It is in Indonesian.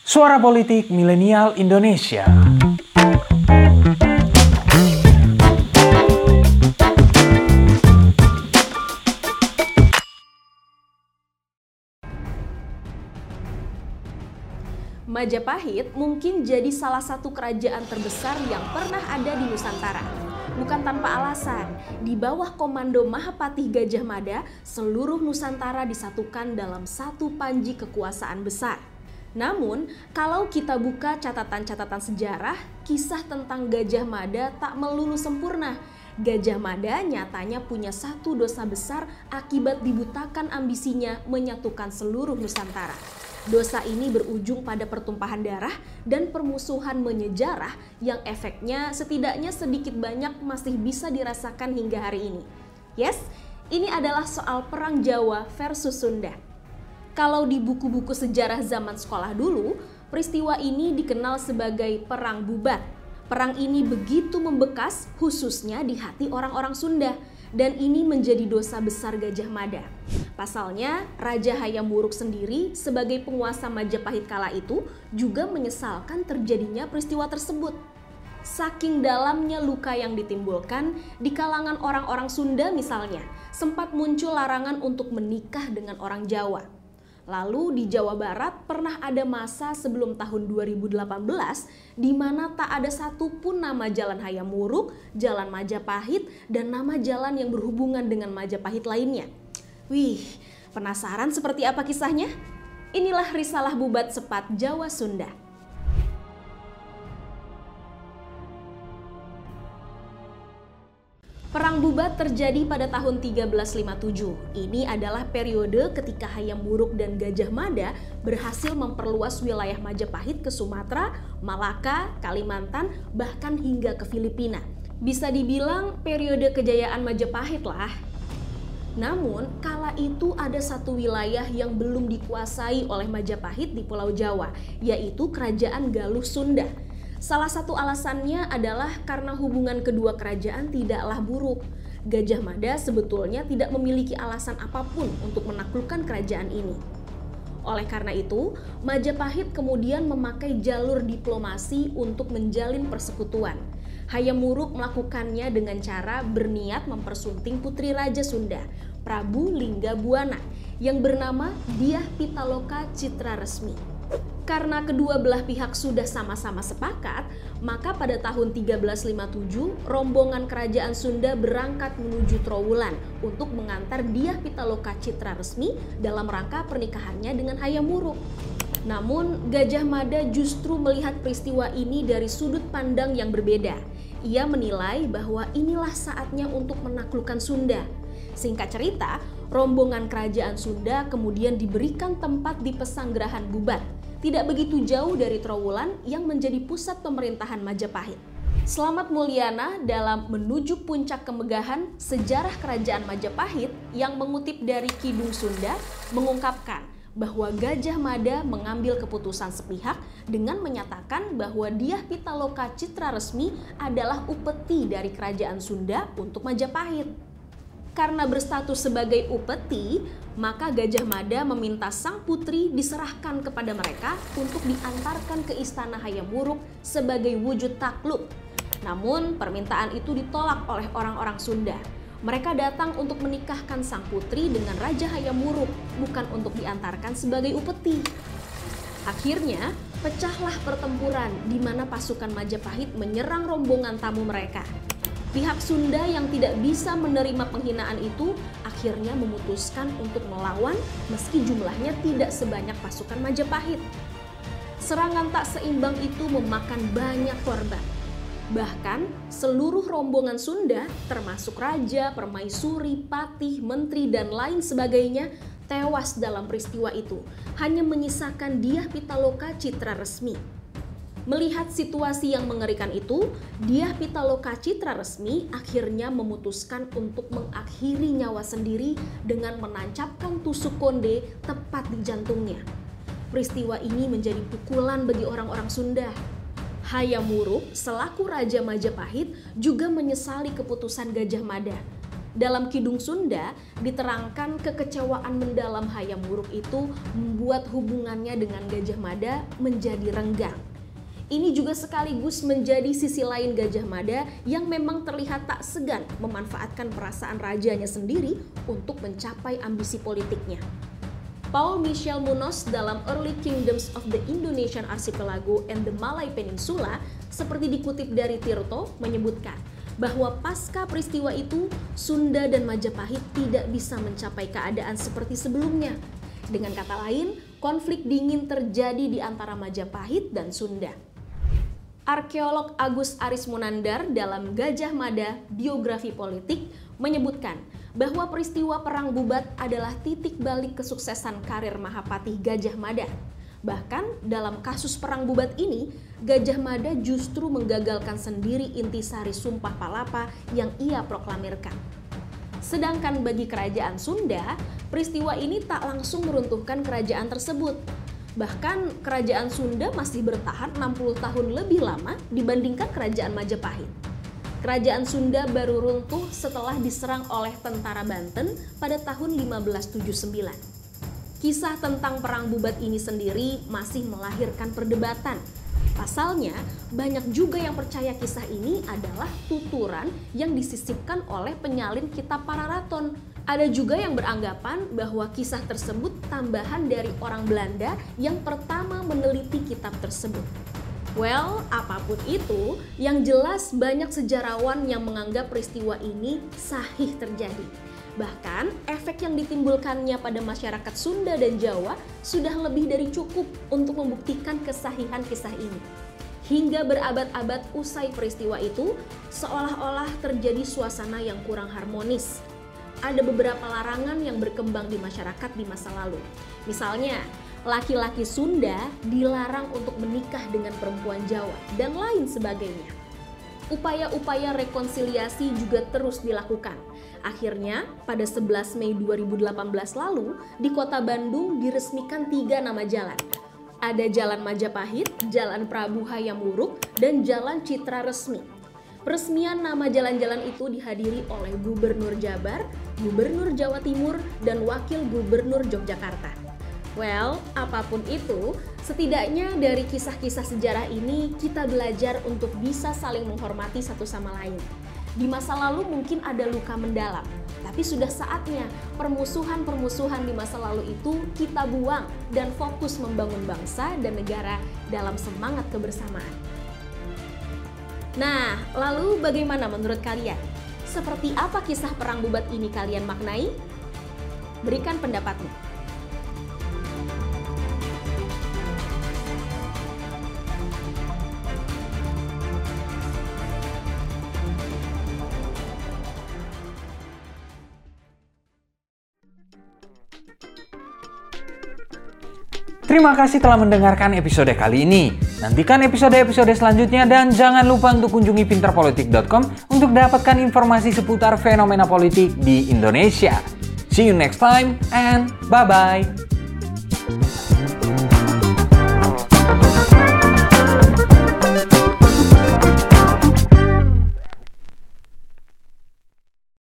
Suara Politik Milenial Indonesia. Majapahit mungkin jadi salah satu kerajaan terbesar yang pernah ada di Nusantara. Bukan tanpa alasan, di bawah komando Mahapatih Gajah Mada, seluruh Nusantara disatukan dalam satu panji kekuasaan besar. Namun, kalau kita buka catatan-catatan sejarah, kisah tentang Gajah Mada tak melulu sempurna. Gajah Mada nyatanya punya satu dosa besar akibat dibutakan ambisinya menyatukan seluruh Nusantara. Dosa ini berujung pada pertumpahan darah dan permusuhan menyejarah yang efeknya setidaknya sedikit banyak masih bisa dirasakan hingga hari ini. Yes, ini adalah soal Perang Jawa versus Sunda. Kalau di buku-buku sejarah zaman sekolah dulu, peristiwa ini dikenal sebagai Perang Bubat. Perang ini begitu membekas khususnya di hati orang-orang Sunda. Dan ini menjadi dosa besar Gajah Mada. Pasalnya, Raja Hayam Wuruk sendiri sebagai penguasa Majapahit kala itu juga menyesalkan terjadinya peristiwa tersebut. Saking dalamnya luka yang ditimbulkan di kalangan orang-orang Sunda misalnya, sempat muncul larangan untuk menikah dengan orang Jawa. Lalu di Jawa Barat pernah ada masa sebelum tahun 2018 di mana tak ada satupun nama Jalan Hayam Wuruk, Jalan Majapahit, dan nama jalan yang berhubungan dengan Majapahit lainnya. Wih, penasaran seperti apa kisahnya? Inilah Risalah Bubat Sepat Jawa Sunda. Perang Bubat terjadi pada tahun 1357. Ini adalah periode ketika Hayam Wuruk dan Gajah Mada berhasil memperluas wilayah Majapahit ke Sumatera, Malaka, Kalimantan, bahkan hingga ke Filipina. Bisa dibilang periode kejayaan Majapahit lah. Namun, kala itu ada satu wilayah yang belum dikuasai oleh Majapahit di Pulau Jawa, yaitu Kerajaan Galuh Sunda. Salah satu alasannya adalah karena hubungan kedua kerajaan tidaklah buruk. Gajah Mada sebetulnya tidak memiliki alasan apapun untuk menaklukkan kerajaan ini. Oleh karena itu, Majapahit kemudian memakai jalur diplomasi untuk menjalin persekutuan. Hayam Wuruk melakukannya dengan cara berniat mempersunting putri Raja Sunda, Prabu Linggabuana, yang bernama Dyah Pitaloka Citra Resmi. Karena kedua belah pihak sudah sama-sama sepakat, maka pada tahun 1357 rombongan kerajaan Sunda berangkat menuju Trowulan untuk mengantar Dyah Pitaloka Citra Resmi dalam rangka pernikahannya dengan Hayam Wuruk. Namun Gajah Mada justru melihat peristiwa ini dari sudut pandang yang berbeda. Ia menilai bahwa inilah saatnya untuk menaklukkan Sunda. Singkat cerita, rombongan kerajaan Sunda kemudian diberikan tempat di Pesanggerahan Bubat, tidak begitu jauh dari Trowulan yang menjadi pusat pemerintahan Majapahit. Slamet Mulyana dalam Menuju Puncak Kemegahan Sejarah Kerajaan Majapahit yang mengutip dari Kidung Sunda mengungkapkan bahwa Gajah Mada mengambil keputusan sepihak dengan menyatakan bahwa Dyah Pitaloka Citra Resmi adalah upeti dari Kerajaan Sunda untuk Majapahit. Karena berstatus sebagai upeti, maka Gajah Mada meminta sang putri diserahkan kepada mereka untuk diantarkan ke istana Hayam Wuruk sebagai wujud takluk. Namun permintaan itu ditolak oleh orang-orang Sunda. Mereka datang untuk menikahkan sang putri dengan Raja Hayam Wuruk, bukan untuk diantarkan sebagai upeti. Akhirnya, pecahlah pertempuran di mana pasukan Majapahit menyerang rombongan tamu mereka. Pihak Sunda yang tidak bisa menerima penghinaan itu akhirnya memutuskan untuk melawan meski jumlahnya tidak sebanyak pasukan Majapahit. Serangan tak seimbang itu memakan banyak korban. Bahkan seluruh rombongan Sunda termasuk raja, permaisuri, patih, menteri, dan lain sebagainya tewas dalam peristiwa itu. Hanya menyisakan Dyah Pitaloka Citra Resmi. Melihat situasi yang mengerikan itu, Dyah Pitaloka Citra Resmi akhirnya memutuskan untuk mengakhiri nyawa sendiri dengan menancapkan tusuk konde tepat di jantungnya. Peristiwa ini menjadi pukulan bagi orang-orang Sunda. Hayam Wuruk selaku Raja Majapahit juga menyesali keputusan Gajah Mada. Dalam Kidung Sunda diterangkan kekecewaan mendalam Hayam Wuruk itu membuat hubungannya dengan Gajah Mada menjadi renggang. Ini juga sekaligus menjadi sisi lain Gajah Mada yang memang terlihat tak segan memanfaatkan perasaan rajanya sendiri untuk mencapai ambisi politiknya. Paul Michel Munoz dalam Early Kingdoms of the Indonesian Archipelago and the Malay Peninsula seperti dikutip dari Tirto menyebutkan bahwa pasca peristiwa itu Sunda dan Majapahit tidak bisa mencapai keadaan seperti sebelumnya. Dengan kata lain, konflik dingin terjadi di antara Majapahit dan Sunda. Arkeolog Agus Aris Munandar dalam Gajah Mada Biografi Politik menyebutkan bahwa peristiwa Perang Bubat adalah titik balik kesuksesan karir Mahapatih Gajah Mada. Bahkan dalam kasus Perang Bubat ini, Gajah Mada justru menggagalkan sendiri intisari Sumpah Palapa yang ia proklamirkan. Sedangkan bagi kerajaan Sunda, peristiwa ini tak langsung meruntuhkan kerajaan tersebut. Bahkan kerajaan Sunda masih bertahan 60 tahun lebih lama dibandingkan kerajaan Majapahit. Kerajaan Sunda baru runtuh setelah diserang oleh tentara Banten pada tahun 1579. Kisah tentang Perang Bubat ini sendiri masih melahirkan perdebatan. Pasalnya, banyak juga yang percaya kisah ini adalah tuturan yang disisipkan oleh penyalin kitab Pararaton. Ada juga yang beranggapan bahwa kisah tersebut tambahan dari orang Belanda yang pertama meneliti kitab tersebut. Well, apapun itu, yang jelas banyak sejarawan yang menganggap peristiwa ini sahih terjadi. Bahkan, efek yang ditimbulkannya pada masyarakat Sunda dan Jawa sudah lebih dari cukup untuk membuktikan kesahihan kisah ini. Hingga berabad-abad usai peristiwa itu, seolah-olah terjadi suasana yang kurang harmonis. Ada beberapa larangan yang berkembang di masyarakat di masa lalu. Misalnya, laki-laki Sunda dilarang untuk menikah dengan perempuan Jawa, dan lain sebagainya. Upaya-upaya rekonsiliasi juga terus dilakukan. Akhirnya, pada 11 Mei 2018 lalu, di kota Bandung diresmikan 3 nama jalan. Ada Jalan Majapahit, Jalan Prabu Hayam Wuruk, dan Jalan Citra Resmi. Peresmian nama jalan-jalan itu dihadiri oleh Gubernur Jabar, Gubernur Jawa Timur, dan Wakil Gubernur Yogyakarta. Well, apapun itu, setidaknya dari kisah-kisah sejarah ini kita belajar untuk bisa saling menghormati satu sama lain. Di masa lalu mungkin ada luka mendalam, tapi sudah saatnya permusuhan-permusuhan di masa lalu itu kita buang dan fokus membangun bangsa dan negara dalam semangat kebersamaan. Nah, lalu bagaimana menurut kalian? Seperti apa kisah Perang Bubat ini kalian maknai? Berikan pendapatmu. Terima kasih telah mendengarkan episode kali ini. Nantikan episode-episode selanjutnya dan jangan lupa untuk kunjungi pinterpolitik.com untuk dapatkan informasi seputar fenomena politik di Indonesia. See you next time and bye-bye.